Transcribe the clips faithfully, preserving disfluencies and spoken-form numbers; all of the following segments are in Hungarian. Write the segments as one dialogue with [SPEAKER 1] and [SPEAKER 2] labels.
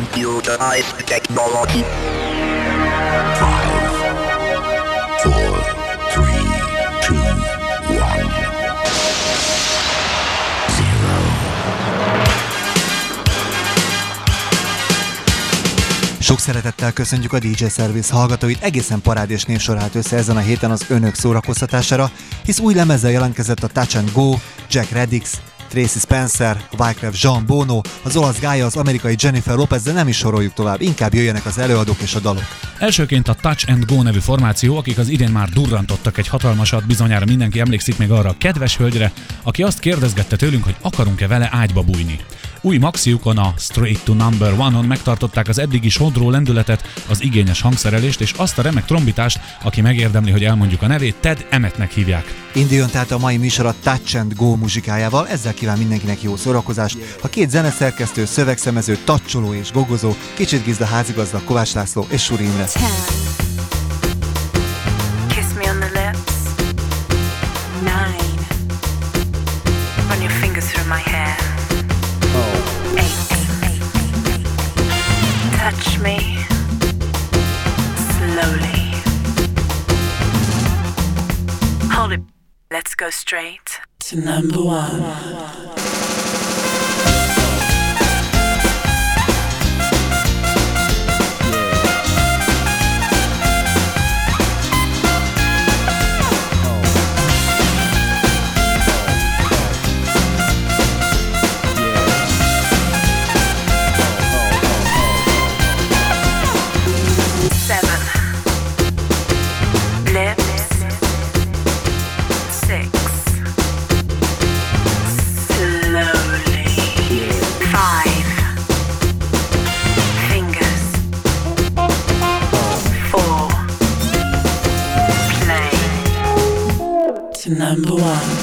[SPEAKER 1] Computerized technology.
[SPEAKER 2] Five, four, three, two, one, zero.
[SPEAKER 3] Sok szeretettel köszöntjük a dé dzsé Service hallgatóit, egészen parádés névsor állt össze ezen a héten az önök szórakoztatására, hisz új lemezzel jelentkezett a Touch and Go, Jack Redix, Tracy Spencer, Wyclef Jean, Bono, az olasz Gaia, az amerikai Jennifer Lopez, de nem is soroljuk tovább, inkább jöjjenek az előadók és a dalok.
[SPEAKER 4] Elsőként a Touch and Go nevű formáció, akik az idén már durrantottak egy hatalmasat, bizonyára mindenki emlékszik még arra a kedves hölgyre, aki azt kérdezgette tőlünk, hogy akarunk-e vele ágyba bújni. Új maxiukon, a Straight to Number One-on megtartották az eddigi sodró lendületet, az igényes hangszerelést és azt a remek trombitást, aki megérdemli, hogy elmondjuk a nevét, Ted Emmettnek hívják.
[SPEAKER 3] Induljon tehát a mai műsor a Touch and Go muzsikájával, ezzel kíván mindenkinek jó szórakozást. A két zeneszerkesztő, szövegszemező, tacsoló és gogozó, Kicsit Gizda házigazda, Kovács László és Suri Imre.
[SPEAKER 5] Kiss me on the lips. Nine. Run your fingers through my hair. Touch me slowly. Hold it. Let's go straight to number one. Number one.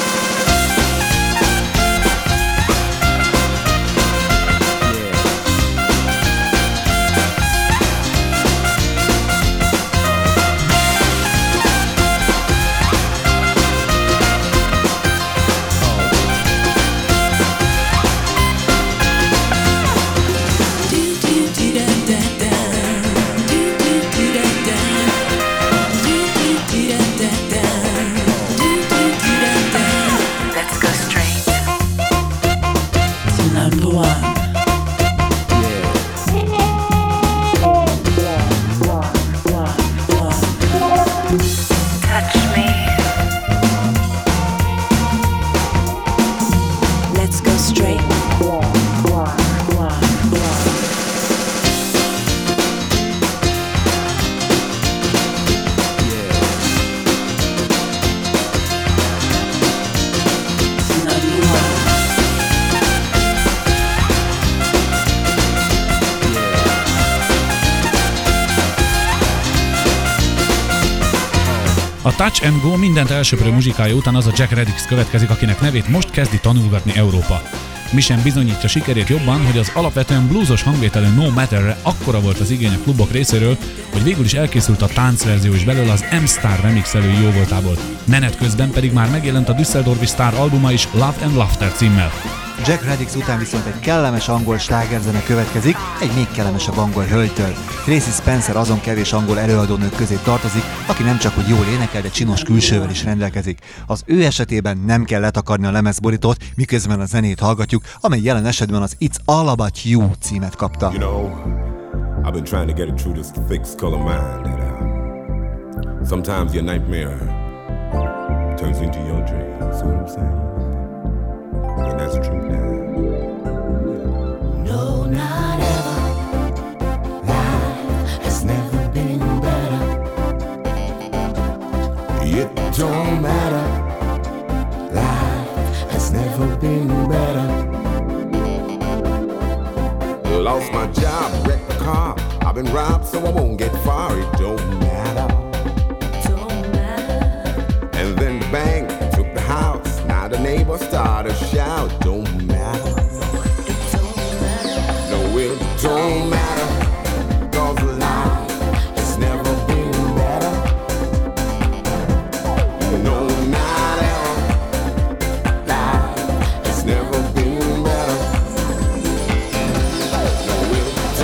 [SPEAKER 4] A Touch and Go mindent elsöprő muzsikája után az a Jack Redix következik, akinek nevét most kezdi tanulgatni Európa. Mi sem bizonyítja sikerét jobban, hogy az alapvetően bluesos hangvételű No Matterre akkora volt az igény a klubok részéről, hogy végül is elkészült a táncverzió is belőle az M-Star remixelői jóvoltából. Menet közben pedig már megjelent a Düsseldorfi Star albuma is Love and Laughter címmel.
[SPEAKER 3] Jack Redix után viszont egy kellemes angol slágerzene következik, egy még kellemesebb angol hölgytől. Tracy Spencer azon kevés angol előadónők közé tartozik, aki nem csak hogy jól énekel, de csinos külsővel is rendelkezik. Az ő esetében nem kell letakarni a lemezborítót, miközben a zenét hallgatjuk, amely jelen esetben az It's All About You címet kapta.
[SPEAKER 6] You know, I've been trying to get it through this thick skull of mine that uh, sometimes your nightmare turns into your dream. See what I'm saying? And that's the truth now.
[SPEAKER 7] No, not ever. Life has never been better.
[SPEAKER 6] It don't matter.
[SPEAKER 7] Life has never been better.
[SPEAKER 6] Lost my job, wrecked the car. I've been robbed, so I won't get far. It don't matter.
[SPEAKER 7] Don't matter.
[SPEAKER 6] And then the bank took the house. Now the neighbors start to shout. Don't matter.
[SPEAKER 7] It don't matter.
[SPEAKER 6] No, it don't matter. 'Cause life has never been better. No, not ever. Life has never been better. No, it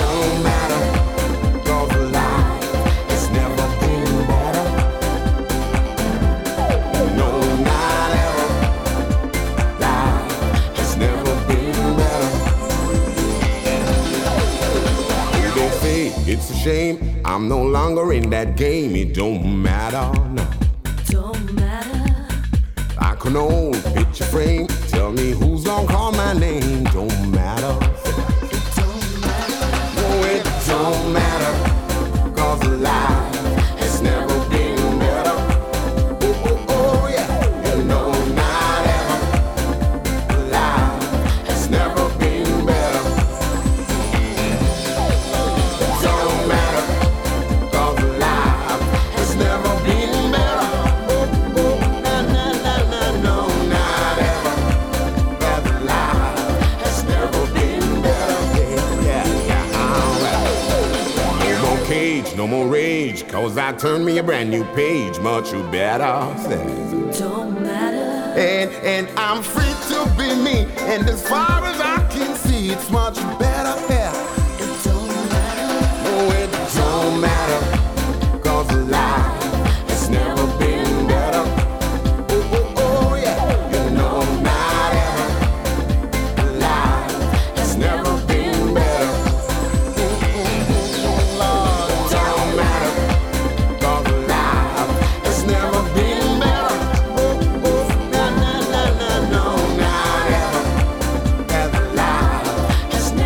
[SPEAKER 6] it's a shame I'm no longer in that game. It don't matter, no.
[SPEAKER 7] Don't matter.
[SPEAKER 6] Like an old picture frame, tell me who's gonna call my name. Don't matter.
[SPEAKER 7] Don't matter.
[SPEAKER 6] No, it don't matter. Cause life has never been better. Oh, oh, oh yeah. You know, not ever. Life has never been better. Don't matter. Cause life has never been better. Oh, oh, na, na, na, na, no, not ever. Cause life has never been better. Yeah, yeah, yeah, alright. No more cage, no more rage, cause I turned me a brand new page, much better.
[SPEAKER 7] Don't matter.
[SPEAKER 6] And and I'm free to be me, and as far as I can see, it's much better. Yeah.
[SPEAKER 7] It don't matter.
[SPEAKER 6] No, it don't matter, cause life has never been better. Oh, oh, oh, yeah, you know, not ever. Life has never been better. Lord, it don't matter, cause life has never been better. Oh, oh, na, na, na, na, no, not ever. Cause life has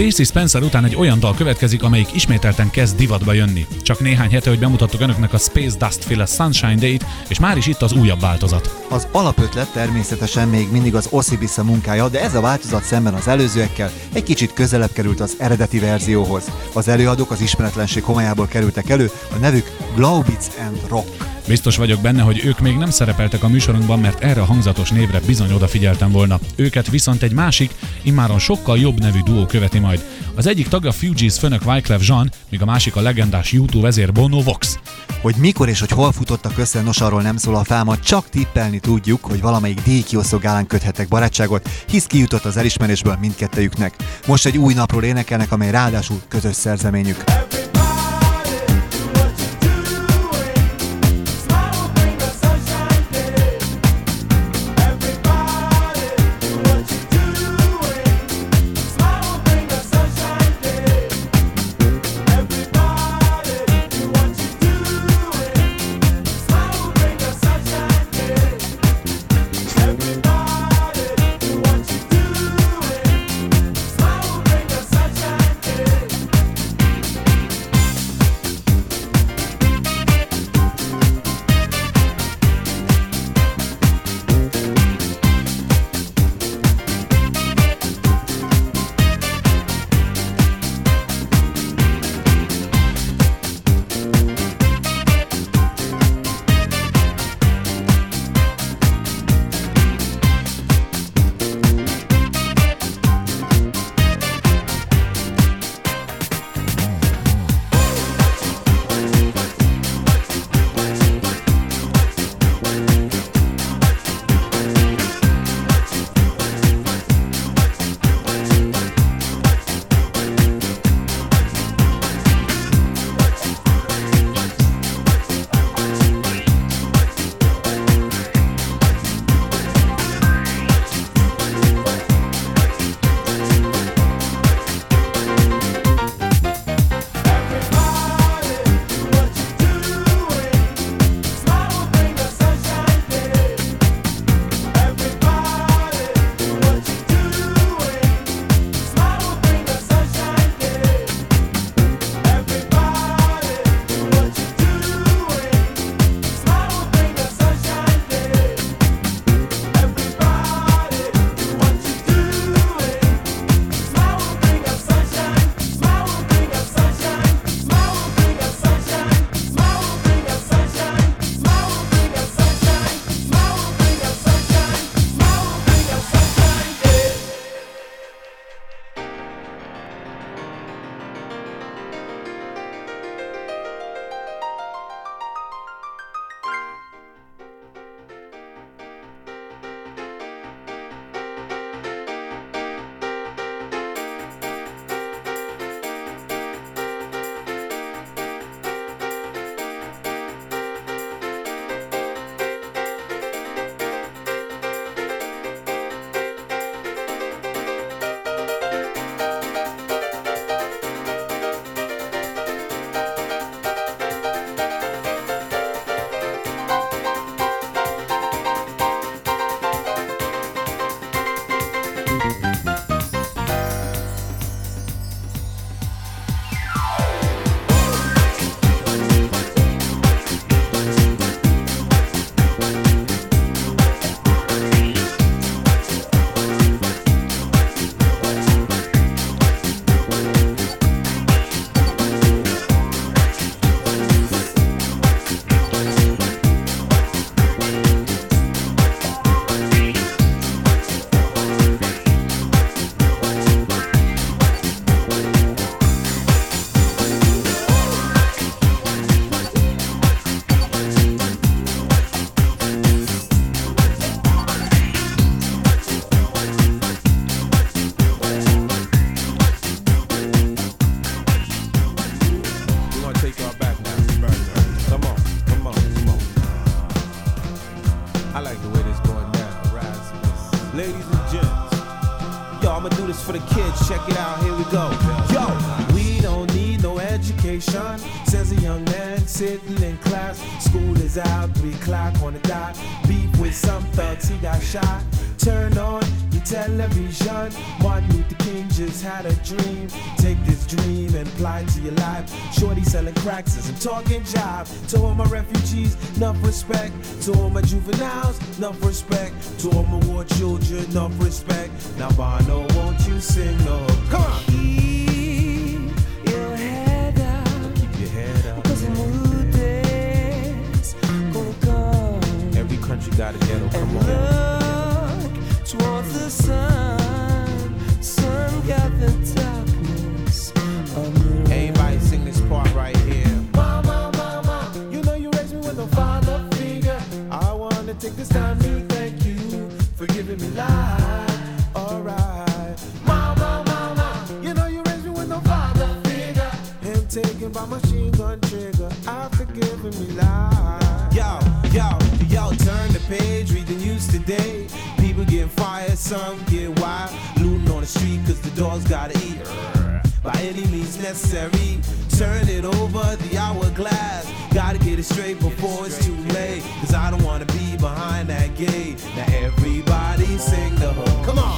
[SPEAKER 4] Tracy Spencer után egy olyan dal következik, amelyik ismételten kezd divatba jönni. Csak néhány hete, hogy bemutattuk önöknek a Space Dust-féle Sunshine Day-t, és már is itt az újabb változat.
[SPEAKER 3] Az alapötlet természetesen még mindig az Ossibissa munkája, de ez a változat szemben az előzőekkel egy kicsit közelebb került az eredeti verzióhoz. Az előadók az ismeretlenség homályából kerültek elő, a nevük Glaubitz and Rock.
[SPEAKER 4] Biztos vagyok benne, hogy ők még nem szerepeltek a műsorunkban, mert erre a hangzatos névre bizony odafigyeltem volna. Őket viszont egy másik, immáron sokkal jobb nevű duó követi majd. Az egyik tagja a Fugees főnök Wyclef Jean, míg a másik a legendás U kettő vezér Bono Vox.
[SPEAKER 3] Hogy mikor és hogy hol futottak össze, nos arról nem szól a fáma, csak tippelni tudjuk, hogy valamelyik díjkiosztó követtek barátságot, hisz kijutott az elismerésből mindkettejüknek. Most egy új napról énekelnek, amely ráadásul közös szerzeményük.
[SPEAKER 8] for the kids, check it out, here we go. Yo, we don't need no education, says a young man sitting in class. School is out, three o'clock on the dot. Beef with some thugs, he got shot. Turn on, you television. Martin Luther King just had a dream. Take this dream and apply it to your life. Shorty selling cracks as I'm talking job. To all my refugees, enough respect. To all my juveniles, enough respect. To all my war children, enough respect. Now Bono, won't you sing the hook? Come on!
[SPEAKER 7] Keep your head up,
[SPEAKER 8] Keep your head up.
[SPEAKER 7] cause a new day's gonna come.
[SPEAKER 8] Every country got a ghetto, come
[SPEAKER 7] And
[SPEAKER 8] on.
[SPEAKER 7] look towards the sun. Sun got the darkness of the
[SPEAKER 8] Everybody sing this part right here. Mama, mama, you know you raised me with no father figure. I wanna take this time to thank you for giving me life. Alright. Mama, mama, you know you raised me with no father figure. Him taken by machine gun trigger. After giving me life. Yo, yo, yo, turn the page, read the news today. People get fired, some get wild. Looting on the street cause the dogs gotta eat. By any means necessary, turn it over the hourglass. Gotta get it straight before it's too late. Cause I don't wanna be behind that gate. Now everybody sing the hook. Come on!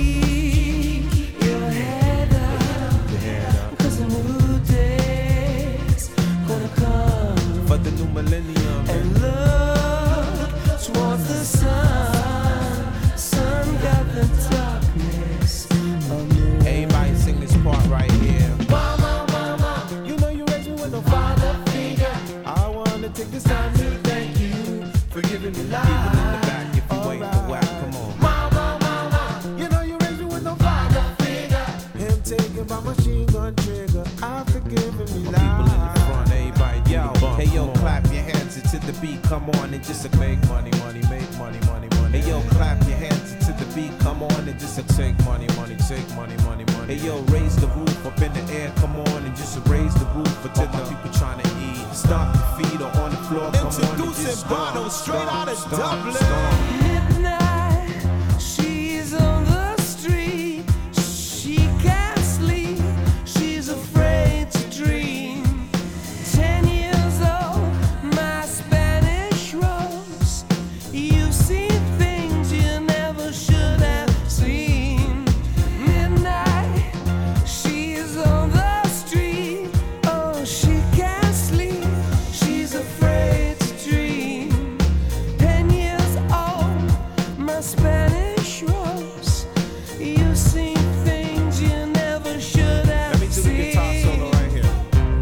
[SPEAKER 7] Keep your head up,
[SPEAKER 8] Your head up.
[SPEAKER 7] cause a new day's gonna come.
[SPEAKER 8] For the new millennium.
[SPEAKER 7] And look towards the sun. Sun got the darkness of the
[SPEAKER 8] Everybody sing this part right here. Mama, mama, you know you raised me with no father figure. I wanna take this time to thank you for giving me life. People in the back, if you ain't the whack, come on. Mama, mama, you know you raised me with no father figure. Him taken by machine gun trigger. After giving me life. People in the front, everybody, yo, hey yo, clap your hands to the beat. Come on and just make money, money, make money, money, money. Hey yo, clap your hands to the beat. Come on and just take money, money, take money, money, money. Hey yo, raise the roof up in the air. Come on and just raise the roof for all my people trying to eat. Stomp your feet or on the floor. Come on and just Bono straight out of Dublin.
[SPEAKER 7] midnight. She's on the street. She can't sleep. She's afraid to dream. Ten years old, my Spanish rose. You've seen things you never should have seen. Midnight, she's on the street. Oh, she can't sleep. She's afraid to dream. Ten years old, my Spanish rose. You've seen things you never should have
[SPEAKER 8] Let me do the guitar
[SPEAKER 7] seen.
[SPEAKER 8] solo right here.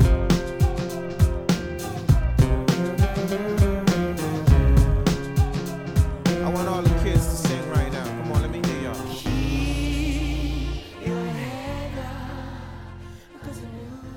[SPEAKER 8] I want all the kids to sing right now. Come on, let me hear y'all.
[SPEAKER 7] Keep your head up, 'cause a new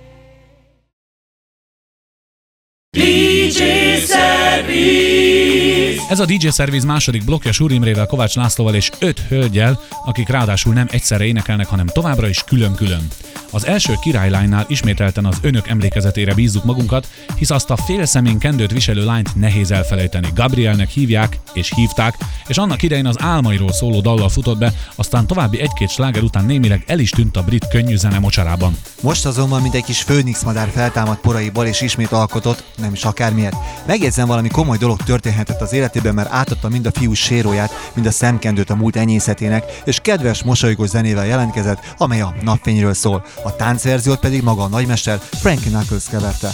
[SPEAKER 7] day.
[SPEAKER 4] Ez a dé jé Service második blokkja Súr Imrével, Kovács Lászlóval és öt hölgyel, akik ráadásul nem egyszerre énekelnek, hanem továbbra is külön-külön. Az első királylánynál ismételten az önök emlékezetére bízzuk magunkat, hisz azt a fél szemén kendőt viselő lányt nehéz elfelejteni. Gabrielnek hívják és hívták, és annak idején az álmairól szóló dallal futott be, aztán további egy-két sláger után némileg el is tűnt a brit könnyű zene mocsarában.
[SPEAKER 3] Most azonban, mint egy kis főnix madár feltámadt poraiból és ismét alkotott, nem is akármiért. Megjegyzem, valami komoly dolog történhetett az életében, mert átadta mind a fiú séróját, mind a szemkendőt a múlt enyészetének, és kedves, mosolygós zenével jelentkezett, amely a napfényről szól. A táncverziót pedig maga a nagymester Frankie Knuckles keverte.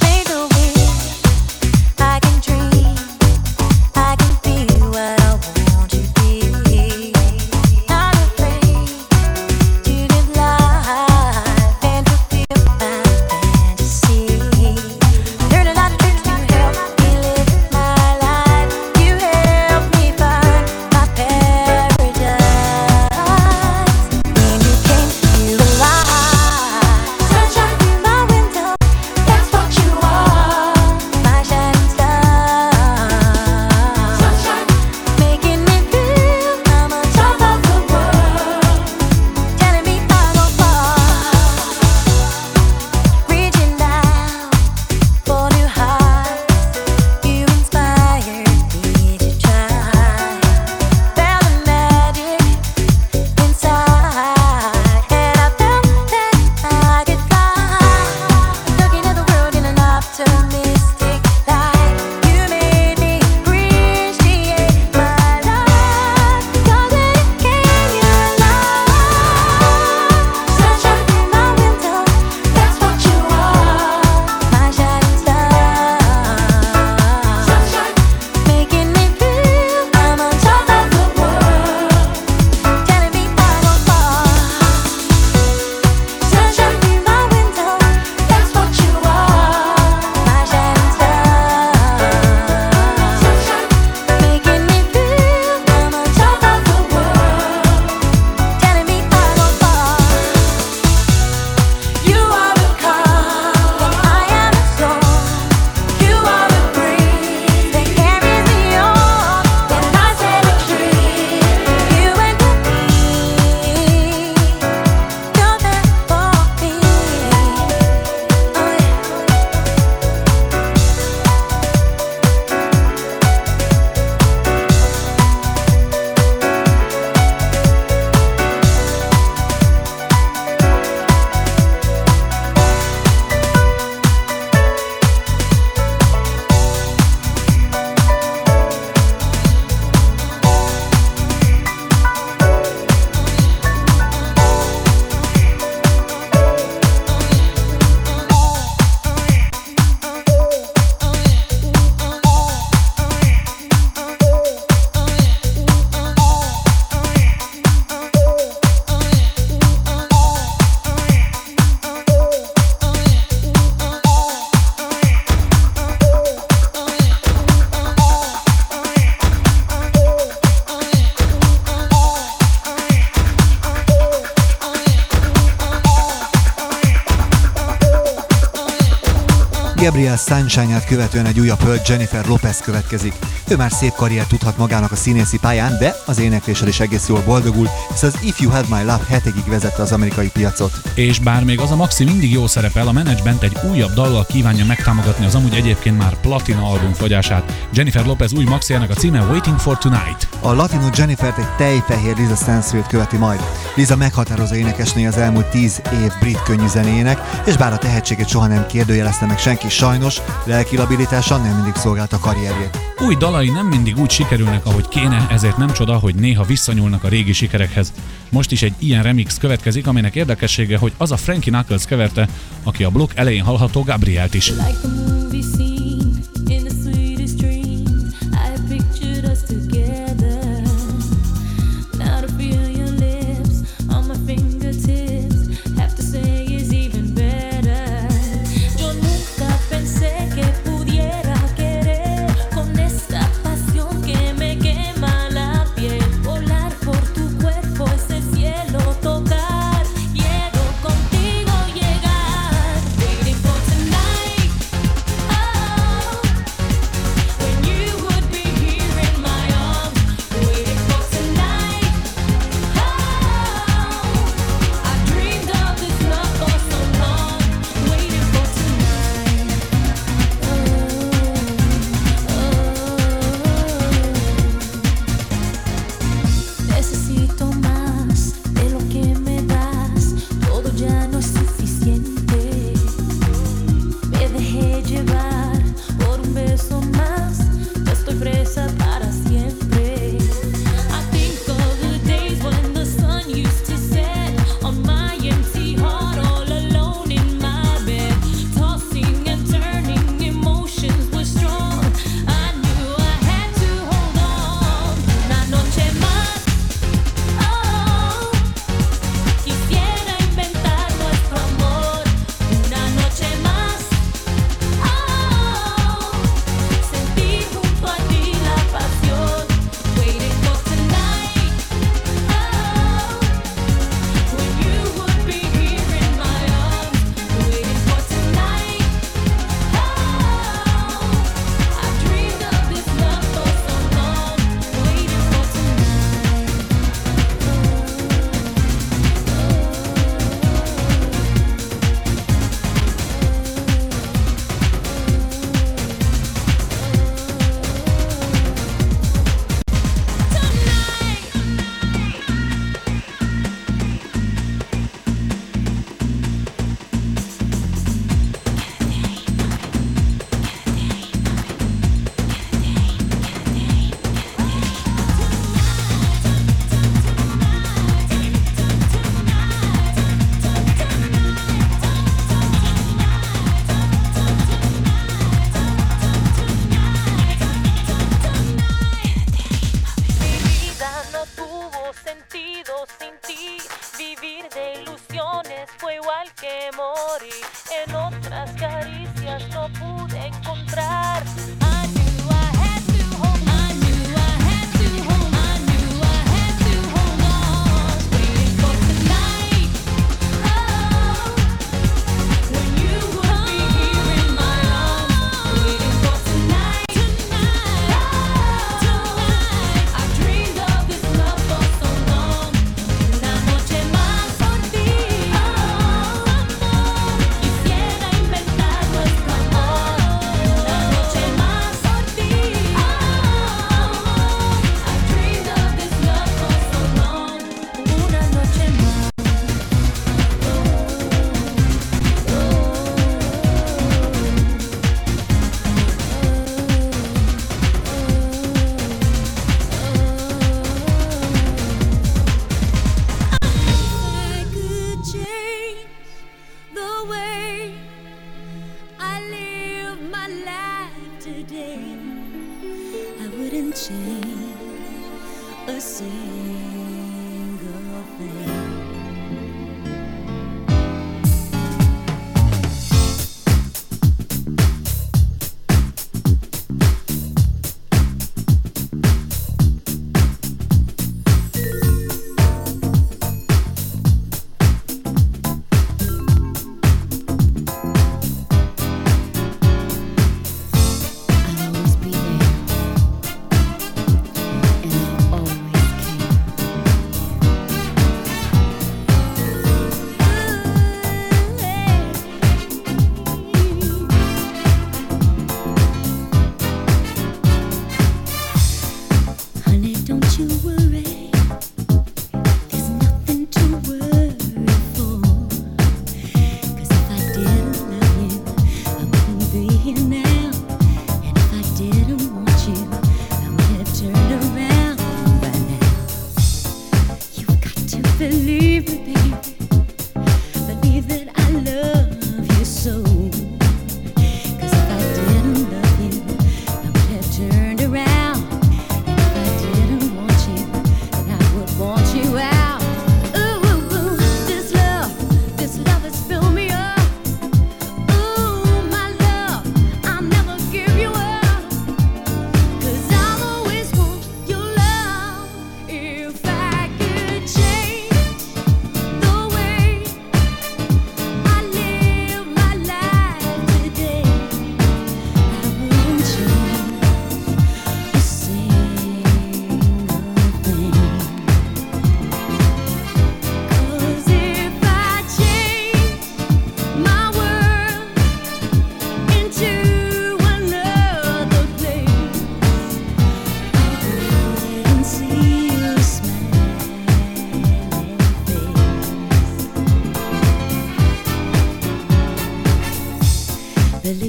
[SPEAKER 9] Sunshine through my window, that's what you are.
[SPEAKER 3] Gabrielle Sunshine-át követően egy újabb hölgy, Jennifer Lopez következik. Ő már szép karriert tudhat magának a színészi pályán, de az énekléssel is egész jól boldogul, hisz az If You Had My Love hetekig vezette az amerikai piacot.
[SPEAKER 4] És bár még az a Maxi mindig jó szerepel, a menedzsment egy újabb dallal kívánja megtámogatni az amúgy egyébként már platina album fogyását. Jennifer Lopez új Maxiának a címe Waiting for Tonight.
[SPEAKER 3] A latino Jennifert egy tejfehér Lisa Stansfield követi majd. Lisa meghatározó énekesnő az elmúlt tíz év brit könnyű zenéjének, és bár a tehetséget soha nem kérdőjelezte meg senki, sajnos lelki labilitása nem mindig szolgált a karrierjét.
[SPEAKER 4] Új dalai nem mindig úgy sikerülnek, ahogy kéne, ezért nem csoda, hogy néha visszanyúlnak a régi sikerekhez. Most is egy ilyen remix következik, aminek érdekessége, hogy az a Frankie Knuckles keverte, aki a blokk elején hallható Gabrielt is.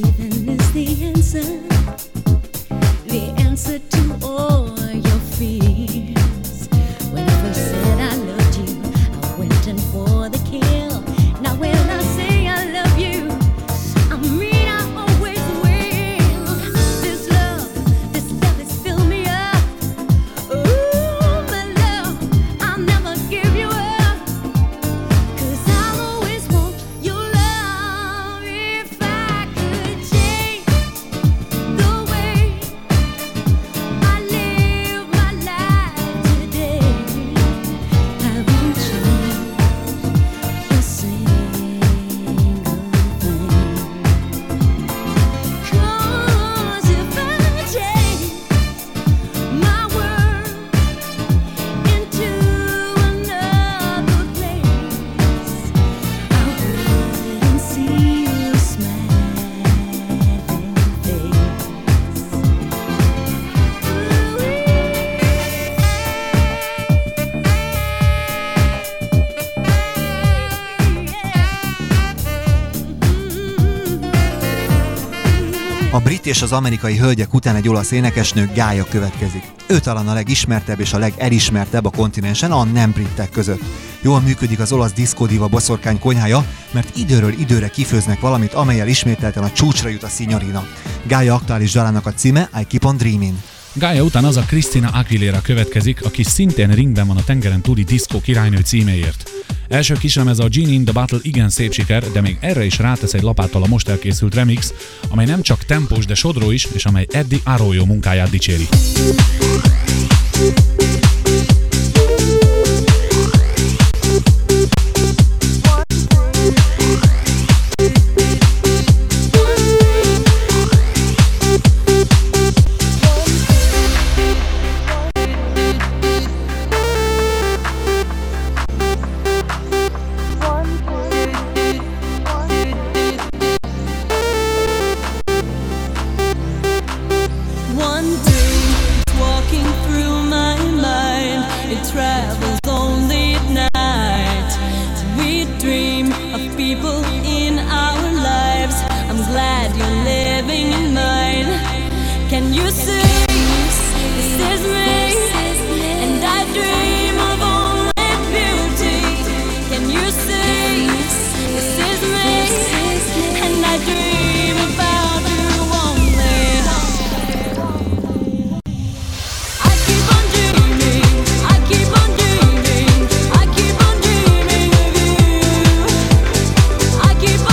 [SPEAKER 3] A brit és az amerikai hölgyek után egy olasz énekesnő, Gaia következik. Ő talán a legismertebb és a legelismertebb a kontinensen a nem britek között. Jól működik az olasz diszkódiva boszorkány konyhája, mert időről időre kifőznek valamit, amellyel ismételten a csúcsra jut a Signorina. Gaia aktuális dalának a címe I Keep on Dreaming.
[SPEAKER 4] Gaia után az a Christina Aguilera következik, aki szintén ringben van a tengeren túli diszkó királynő címéért. Első kislemez a Genie in the Bottle igen szép siker, de még erre is rátesz egy lapáttal a most elkészült remix, amely nem csak tempós, de sodró is, és amely Eddie Arroyo munkáját dicséri.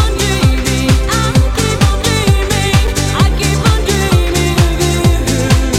[SPEAKER 9] I keep on dreaming of you.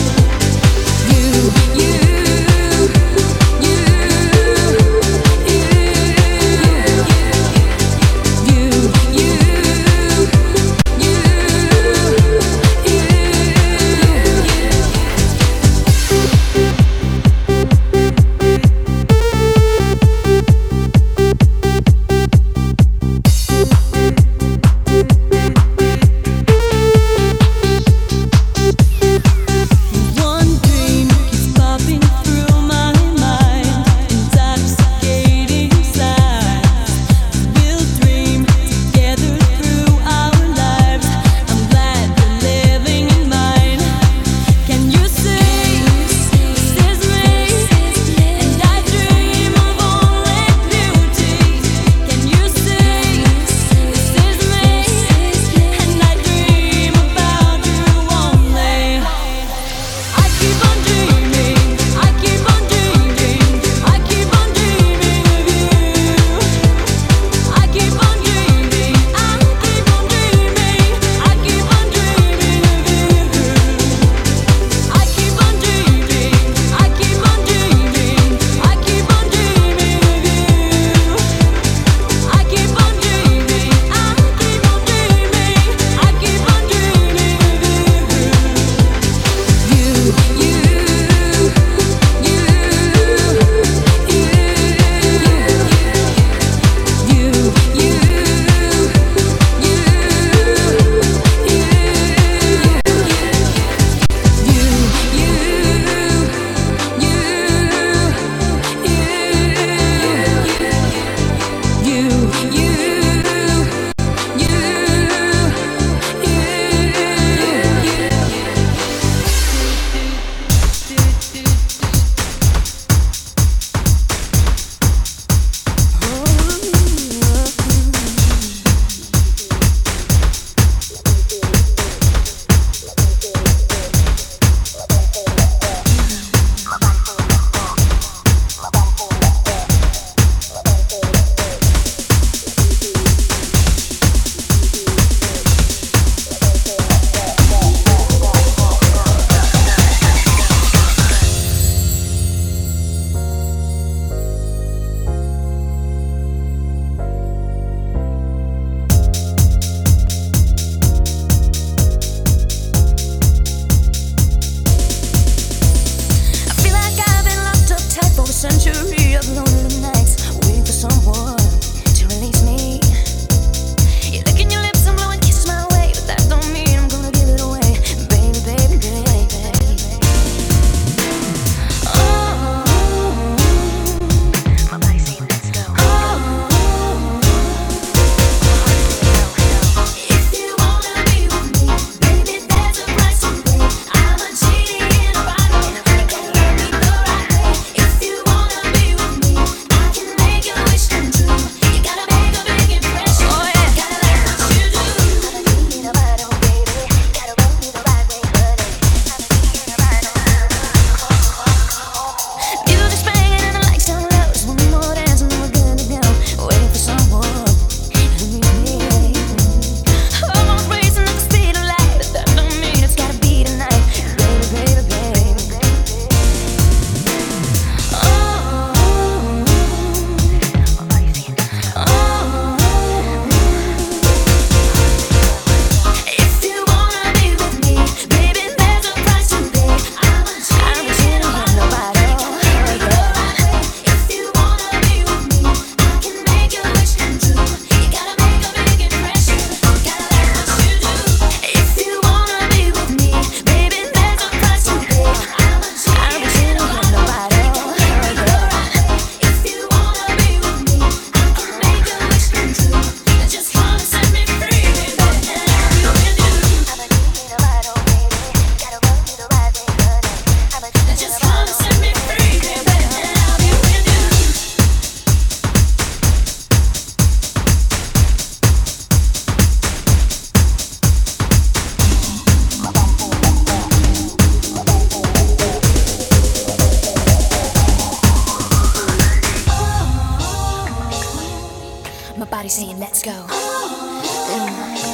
[SPEAKER 9] Everybody saying let's go. Mm.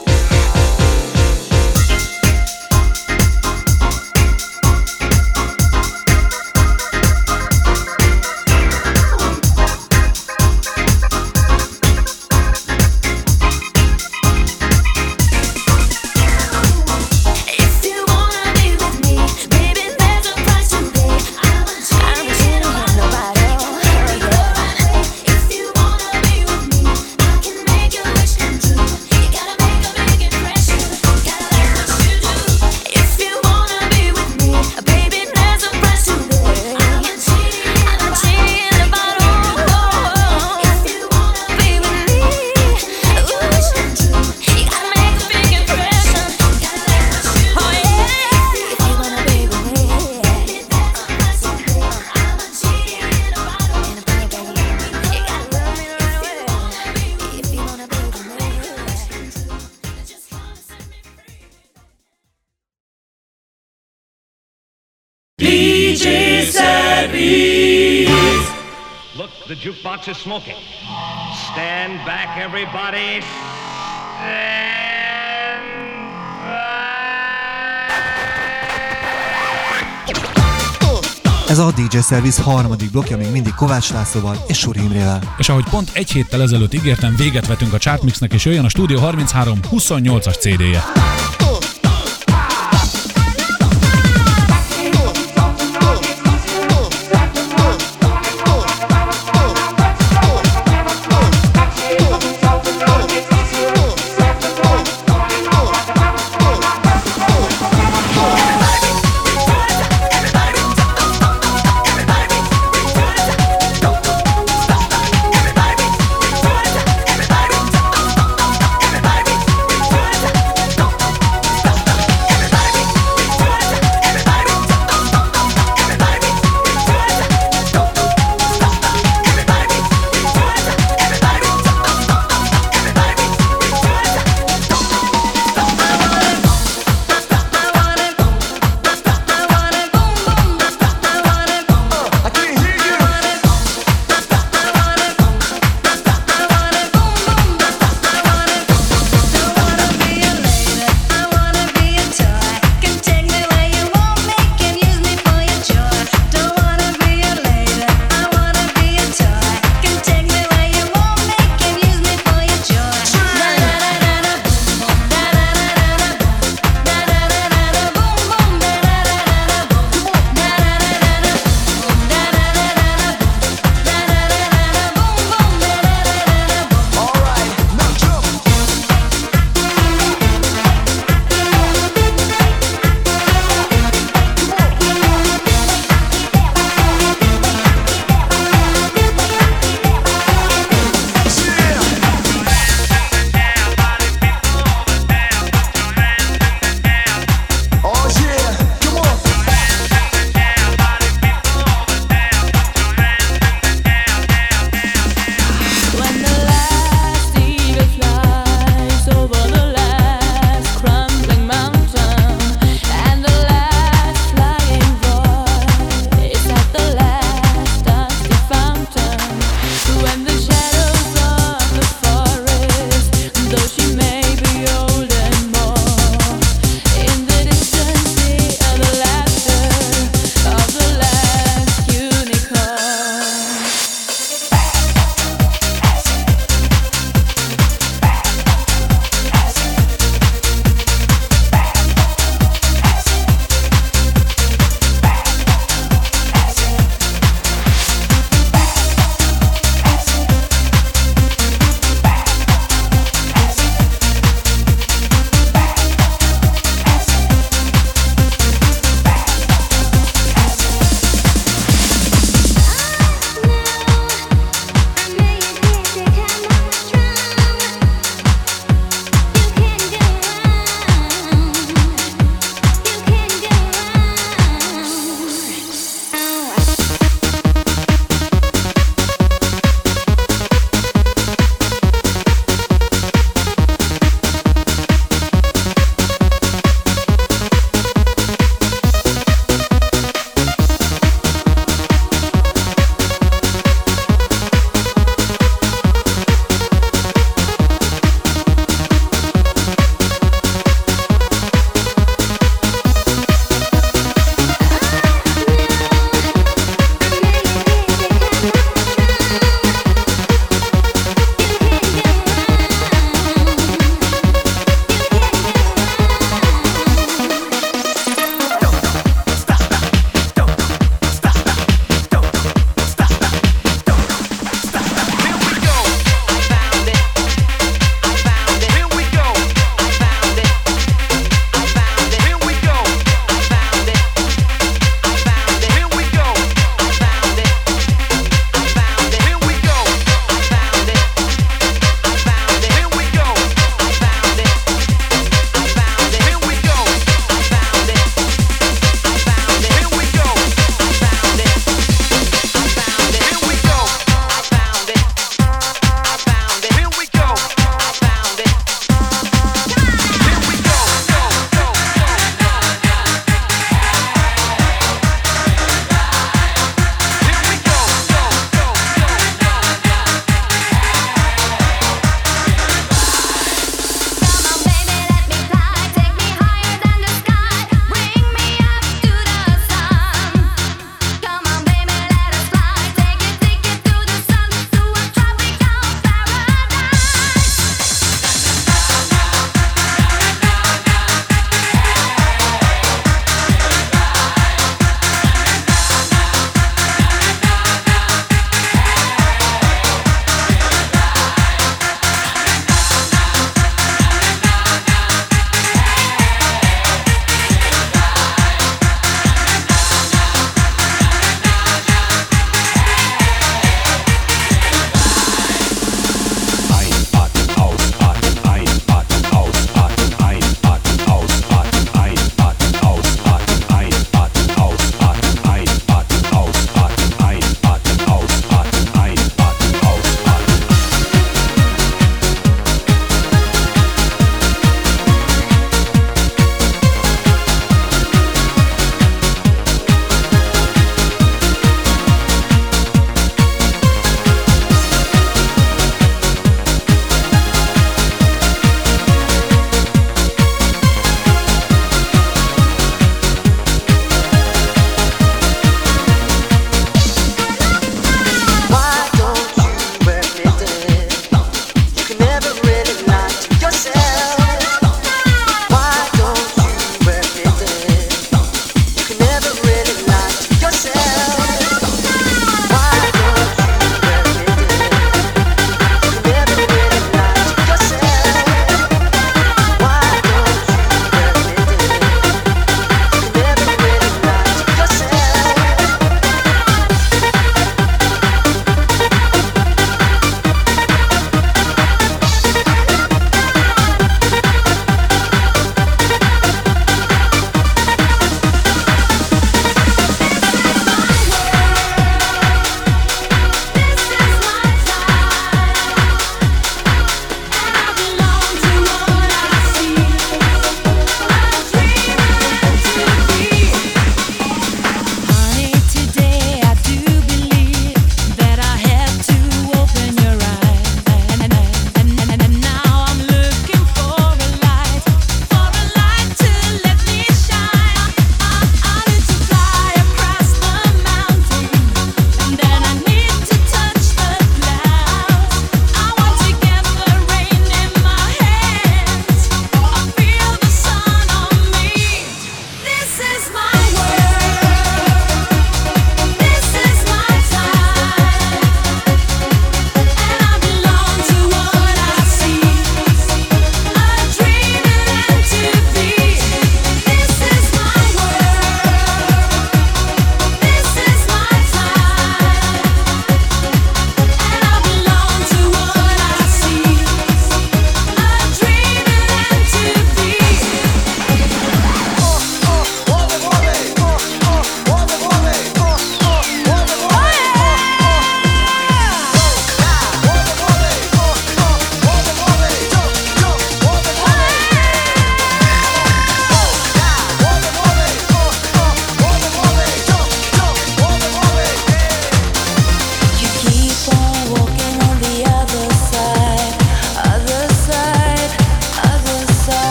[SPEAKER 10] D J Service! Look, the jukebox is smoking. Stand back, everybody. Stand back.
[SPEAKER 3] Ez a dé dzsé Service harmadik blokja még mindig Kovács Lászlóval és Suri Imrével.
[SPEAKER 4] És ahogy pont egy héttel ezelőtt ígértem, véget vetünk a Chartmixnek, és jöjjön a Stúdió harminchárom huszonnyolcas cé dé-je.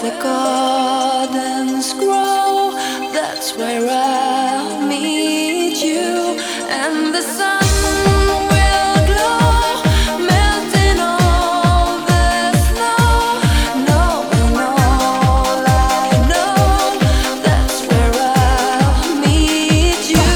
[SPEAKER 9] the gardens grow, that's where I'll meet you, and the sun will glow, melting all the snow, knowing all I know, that's where I'll meet you.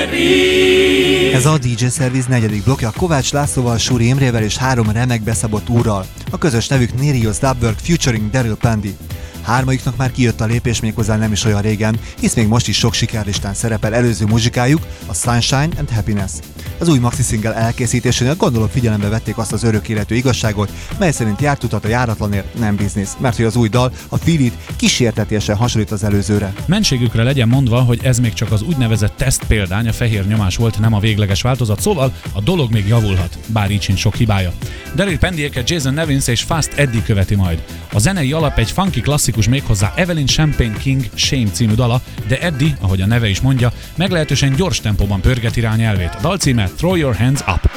[SPEAKER 3] Ez a dé dzsé Service negyedik blokja Kovács Lászlóval, Suri Imrével és három remek beszabott úrral. A közös nevük Nerios Dubwork featuring Daryl Pandy. Hármaiknak már kijött a lépés méghozzá nem is olyan régen, hisz még most is sok sikerlistán szerepel előző muzsikájuk, a Sunshine and Happiness. Az új maxi single elkészítésénél gondolom figyelembe vették azt az örök életű igazságot, mely szerint járt utat a járatlanért nem biznisz, mert hogy az új dal, a Feel It kísértetiesen hasonlít az előzőre.
[SPEAKER 4] Mentségükre legyen mondva, hogy ez még csak az úgynevezett teszt példány, a fehér nyomás volt, nem a végleges változat, szóval a dolog még javulhat, bár így sincs sok hibája. Daryl Pandyéket Jason Nevins és Fast Eddie követi majd. A zenei alap egy funky klasszikus, méghozzá Evelyn Champagne King Shame című dala, de Eddie, ahogy a neve is mondja, meglehetősen gyors tempóban pörget irányelvét. A dal címe Throw Your Hands Up.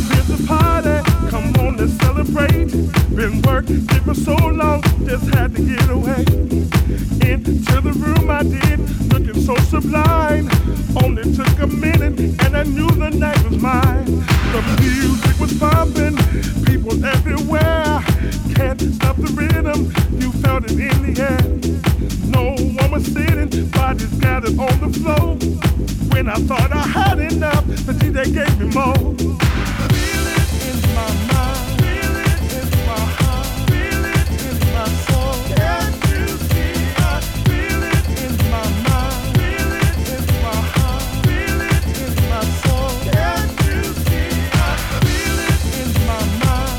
[SPEAKER 8] Can't stop the rhythm, you felt it in the air. No one was sitting, bodies gathered on the floor. When I thought I had enough, the D J gave me more. Feel it in my mind, feel it in my heart, feel it in my soul. Can't you see? I feel it in my mind, feel it in my heart, feel it in my soul. Can't you see? I feel it in my mind.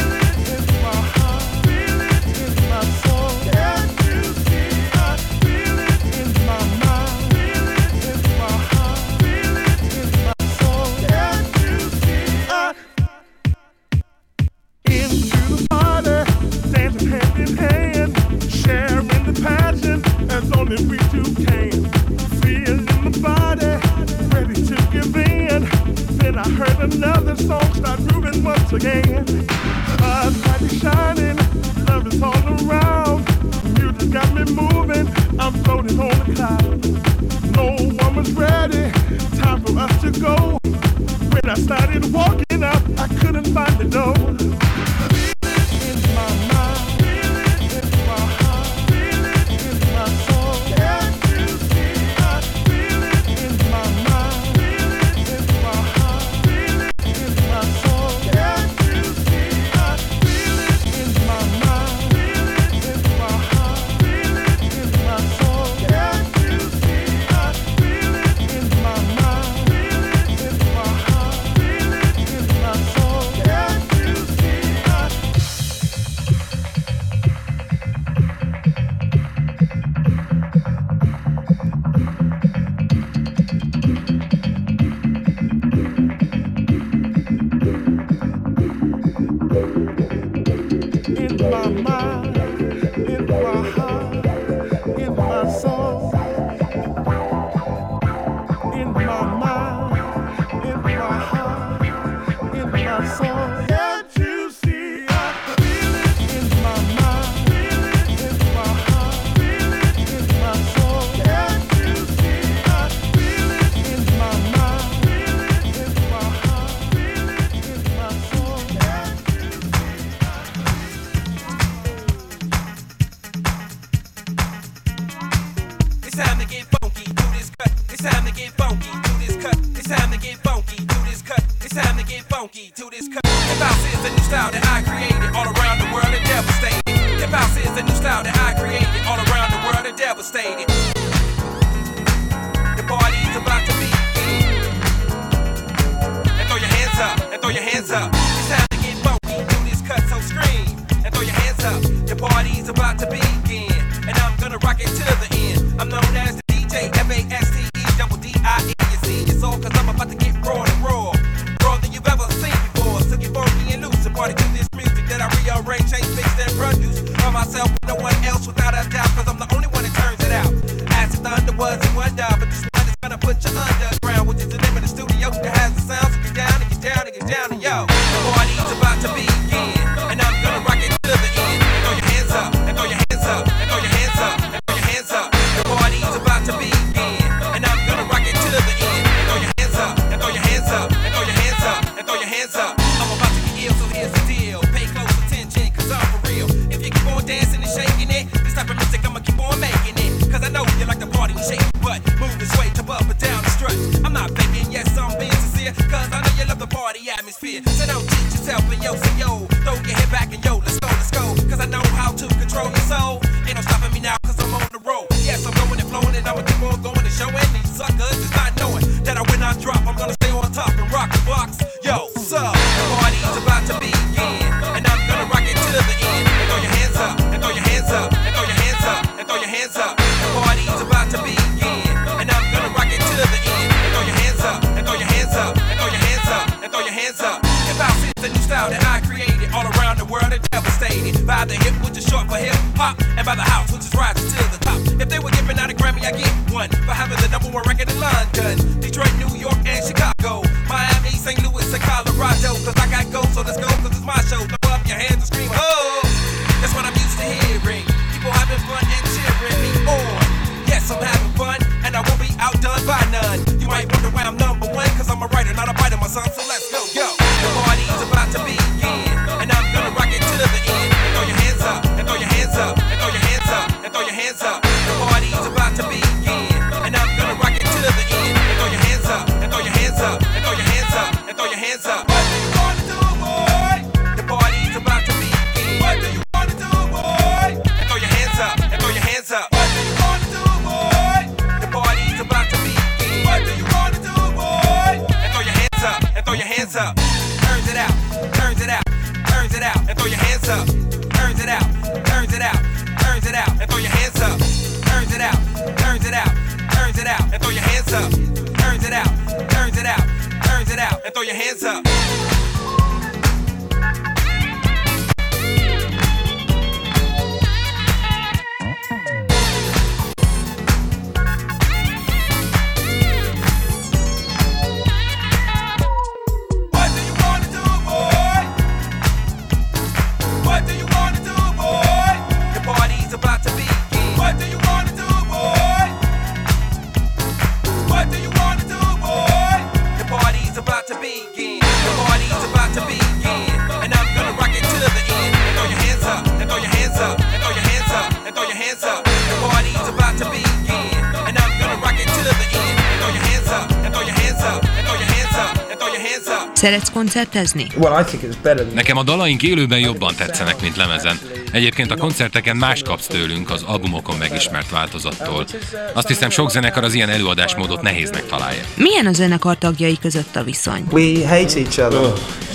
[SPEAKER 8] Only we two can feel in the body, ready to give in. Then I heard another song start moving once again. Stars brightly shining, love is all around. Music got me moving, I'm floating on the cloud. No one was ready, time for us to go. When I started walking up, I couldn't find the door. Feel it in my mind.
[SPEAKER 11] Hands up, and throw your hands up, and throw your hands up, and throw your hands up. brought for hip hop and by the house, which is rising to the top. If they were giving out a Grammy, I get one for having the number one record in London, Detroit, New York, and Chicago, Miami, Saint Louis, and Colorado. Cause I got gold, so let's go, cause it's my show. Throw up your hands and scream, oh! That's what I'm used to hearing. People having fun and cheering me on. Yes, I'm having fun, and I won't be outdone by none. You might wonder why I'm number one, cause I'm a writer, not a biter, my son, so let's go, yo. The party's about to begin, and I'm gonna rock it to the end. Throw your hands up, and throw your hands up, and throw your hands up, and throw your hands up. The party's about to begin, and I'm gonna rock it to the end. And throw your hands up, and throw your hands up, and throw your hands up, and throw your hands up. What do you wanna do, boy? The party's about to begin. What do you wanna do, boy? And throw your hands up, and throw your hands up. What do you wanna do, boy? The party's about to begin. What do you wanna do, boy? And throw your hands up, and throw your hands up. Turns it out, turns it out, turns it out, and throw your hands up. Turns it out, turns it out, turns it out, and throw your hands up. Turns it out, turns it out, turns it out, and throw your hands up. Turns it out, turns it out, turns it out, and throw your hands up.
[SPEAKER 12] Szeretsz koncertezni?
[SPEAKER 13] Nekem a dalaink élőben jobban tetszenek, mint lemezen. Egyébként a koncerteken más kapsz tőlünk az albumokon megismert változattól. Azt hiszem, sok zenekar az ilyen előadásmódot nehéznek találja.
[SPEAKER 12] Milyen a zenekar tagjai között a viszony?
[SPEAKER 14] We hate each other.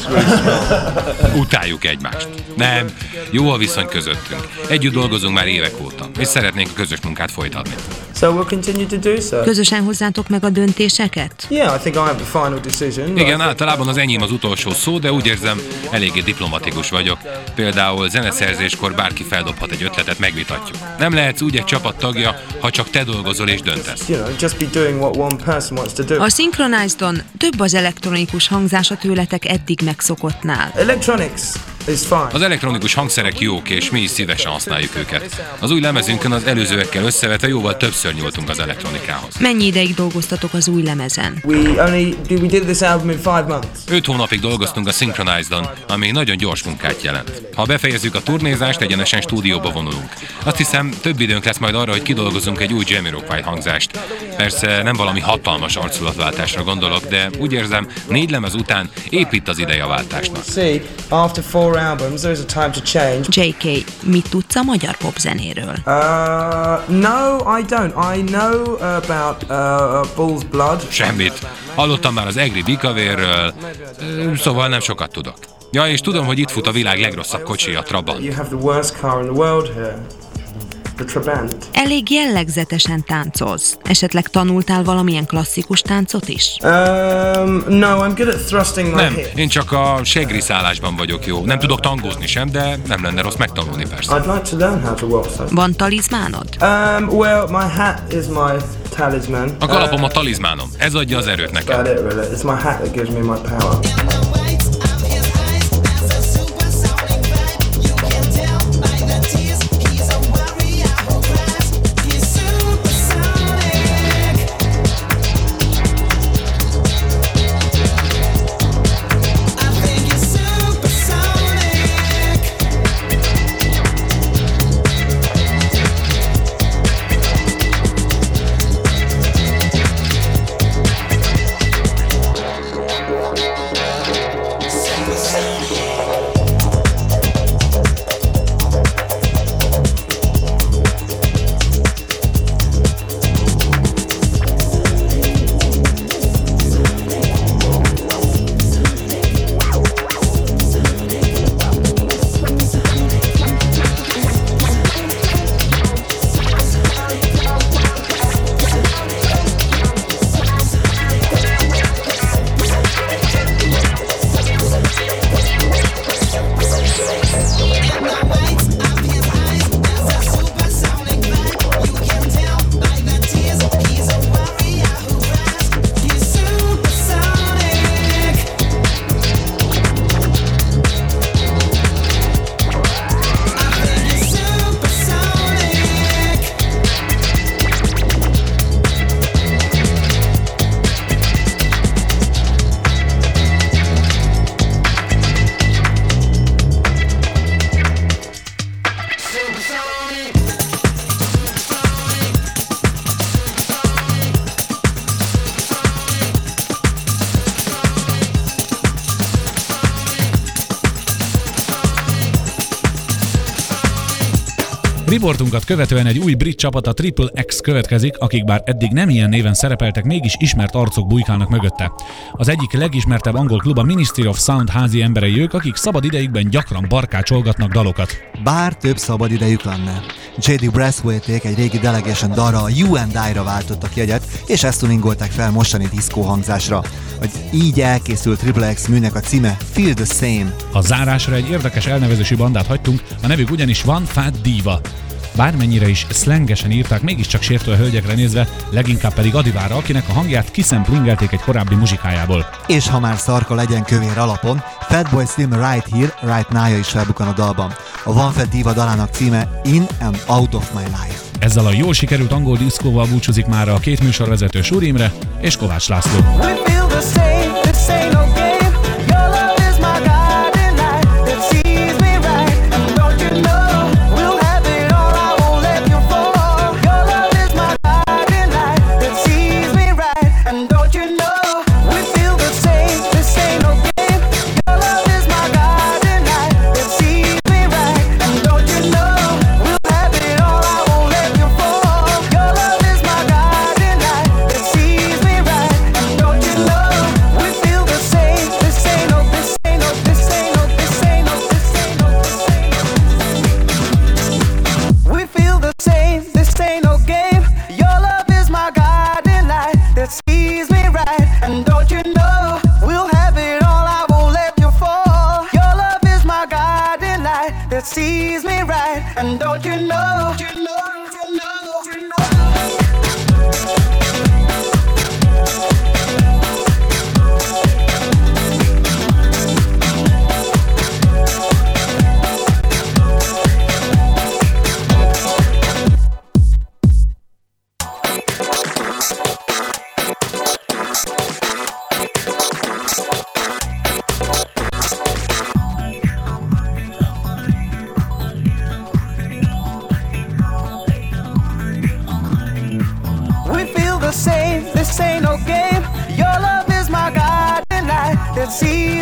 [SPEAKER 13] Utáljuk egymást. Nem, jó a viszony közöttünk. Együtt dolgozunk már évek óta, és szeretnénk a közös munkát folytatni.
[SPEAKER 14] So we'll continue to do so.
[SPEAKER 12] Közösen hozzátok meg a döntéseket?
[SPEAKER 14] Yeah, I think I have the final decision.
[SPEAKER 13] Igen, általában az enyém az utolsó szó, de úgy érzem, eléggé diplomatikus vagyok. Például zeneszerzéskor bárki feldobhat egy ötletet, megvitatjuk. Nem lehetsz úgy egy csapat tagja, ha csak te dolgozol és döntesz.
[SPEAKER 14] You know, just be doing what one person wants to do.
[SPEAKER 12] A Synchronizedon több az elektronikus hangzása tőletek eddig megszokottnál.
[SPEAKER 14] Electronics is fine.
[SPEAKER 13] Az elektronikus hangszerek jók, és mi is szívesen használjuk őket. Az új lemezünkön az előzőekkel összevetve jóval többször nyúltunk az elektronikához.
[SPEAKER 12] Mennyi ideig dolgoztatok az új lemezen?
[SPEAKER 14] We only we did this album in five months.
[SPEAKER 13] Öt hónapig dolgoztunk a Synchronizedon, ami nagyon gyors munkát jelent. Ha befejezzük a turnézást, egyenesen stúdióba vonulunk. Azt hiszem, több időnk lesz majd arra, hogy kidolgozunk egy új Jamiroquai hangzást. Persze nem valami hatalmas arculatváltásra gondolok, de úgy érzem, négy lemez után épp itt az ideje a váltásnak.
[SPEAKER 14] See, after four albums, there's a time to change.
[SPEAKER 12] jé ká, mit tudsz a magyar popzenéről?
[SPEAKER 14] Uh, no, I don't. I know about uh, Bull's Blood.
[SPEAKER 13] Semmit. Hallottam már az Egri Bikavérről, szóval nem sokat tudok. Ja, és tudom, hogy itt fut a világ legrosszabb kocsi, a Trabant.
[SPEAKER 14] You have the worst car in the world here. The Trabant.
[SPEAKER 12] Elég jellegzetesen táncolsz. Esetleg tanultál valamilyen klasszikus táncot is?
[SPEAKER 14] Um, no, I'm good at thrusting my
[SPEAKER 13] Nem,
[SPEAKER 14] hips.
[SPEAKER 13] én csak a segriszálásban vagyok jó. Nem tudok tangózni sem, de nem lenne rossz megtanulni persze.
[SPEAKER 14] I'd like to learn how to walk so.
[SPEAKER 12] Van talizmánod?
[SPEAKER 14] Um, well, my hat is my talisman.
[SPEAKER 13] A kalapom a talizmánom. Ez adja az erőt nekem.
[SPEAKER 14] That's about it, really. It's my hat that gives me my power.
[SPEAKER 4] Riportunkat követően egy új brit csapat, a Triple X következik, akik bár eddig nem ilyen néven szerepeltek, mégis ismert arcok bujkálnak mögötte. Az egyik legismertebb angol klub a Ministry of Sound házi emberei ők, akik szabad idejükben gyakran barkácsolgatnak dalokat.
[SPEAKER 3] Bár több szabad idejük lenne. jé dé Braithwaite-ék egy régi Delegation dalra, a You and I-ra váltottak jegyet, és ezt tuningolták fel mostani diszkó hangzásra. Az így elkészült Triple X műnek a címe Feel the Same.
[SPEAKER 4] A zárásra egy érdekes elnevezésű bandát hagytunk, a nevük ugyanis One Fat Diva. Bármennyire is szlengesen írták, mégiscsak sértő a hölgyekre nézve, leginkább pedig Adivára, akinek a hangját kiszemplingelték egy korábbi muzsikájából.
[SPEAKER 3] És ha már szarka legyen kövér alapon, Fatboy Slim Right Here, Right Now-ja is felbukkan a dalban. A One Fat Diva dalának címe In and Out of My Life.
[SPEAKER 4] Ezzel a jól sikerült angol diszkóval búcsúzik már a két műsorvezető Súri Imre és Kovács László.
[SPEAKER 8] Sees me right, and don't you know, you know, you know, you know. This ain't no game. Your love is my guiding light that sees